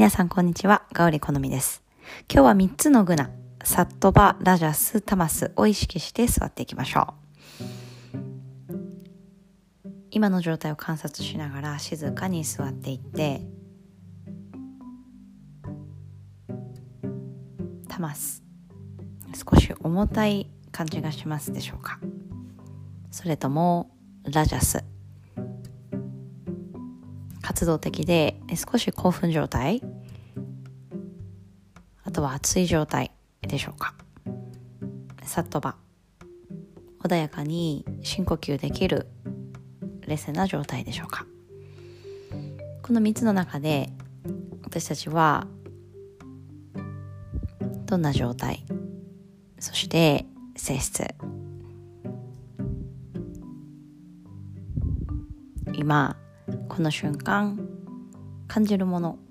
皆さんこんにちは、ガオリ好みです。今日は3つのグナ、サットバ、ラジャス、タマスを意識して座っていきましょう。今の状態を観察しながら静かに座っていって、タマス、少し重たい感じがしますでしょうか。それともラジャス、活動的で少し興奮状態、あとは熱い状態でしょうか。サットバ、穏やかに深呼吸できる冷静な状態でしょうか。この3つの中で私たちはどんな状態、そして性質、今この瞬間感じるもの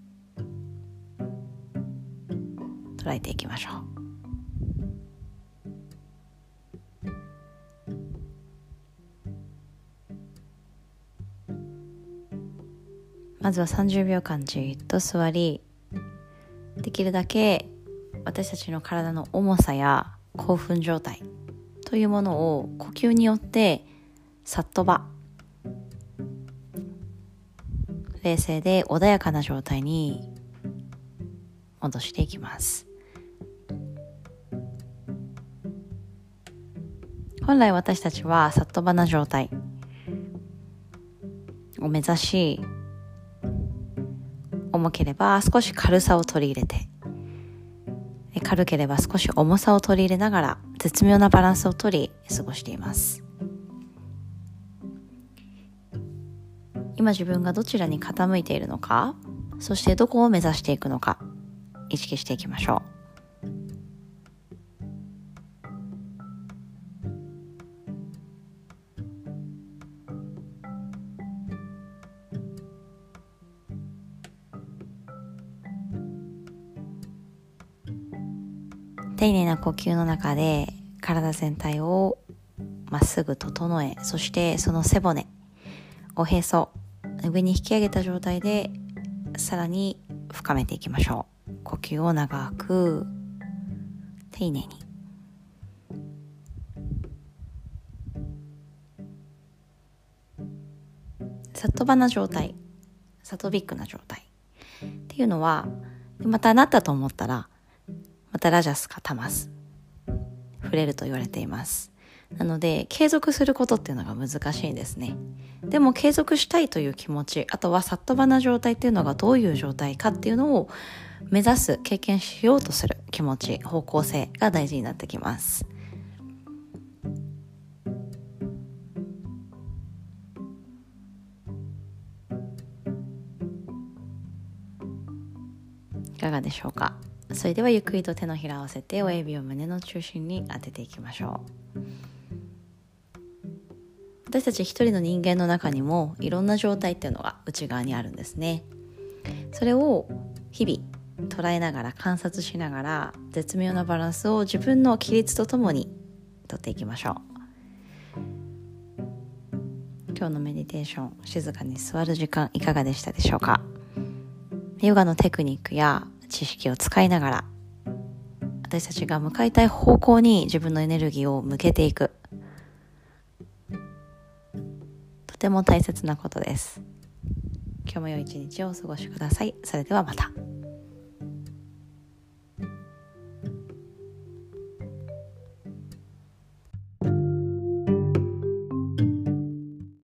捉えていきましょう。まずは30秒間じっと座り、できるだけ私たちの体の重さや興奮状態というものを呼吸によってサットバ、冷静で穏やかな状態に戻していきます。本来私たちはサットバな状態を目指し、重ければ少し軽さを取り入れて、軽ければ少し重さを取り入れながら絶妙なバランスを取り過ごしています。今自分がどちらに傾いているのか、そしてどこを目指していくのか意識していきましょう。丁寧な呼吸の中で体全体をまっすぐ整え、そしてその背骨、おへそ、上に引き上げた状態でさらに深めていきましょう。呼吸を長く丁寧に。サットバな状態、サトビックな状態っていうのは、またなったと思ったらまたラジャスかタマス触れると言われています。なので継続することっていうのが難しいんですね。でも継続したいという気持ち、あとはサットバな状態っていうのがどういう状態かっていうのを目指す、経験しようとする気持ち、方向性が大事になってきます。いかがでしょうか。それではゆっくりと手のひらを合わせて親指を胸の中心に当てていきましょう。私たち一人の人間の中にもいろんな状態っていうのが内側にあるんですね。それを日々捉えながら、観察しながら、絶妙なバランスを自分の規律とともにとっていきましょう。今日のメディテーション、静かに座る時間いかがでしたでしょうか。ヨガのテクニックや知識を使いながら、私たちが向かいたい方向に自分のエネルギーを向けていく、とても大切なことです。今日も良い一日をお過ごしください。それではまた。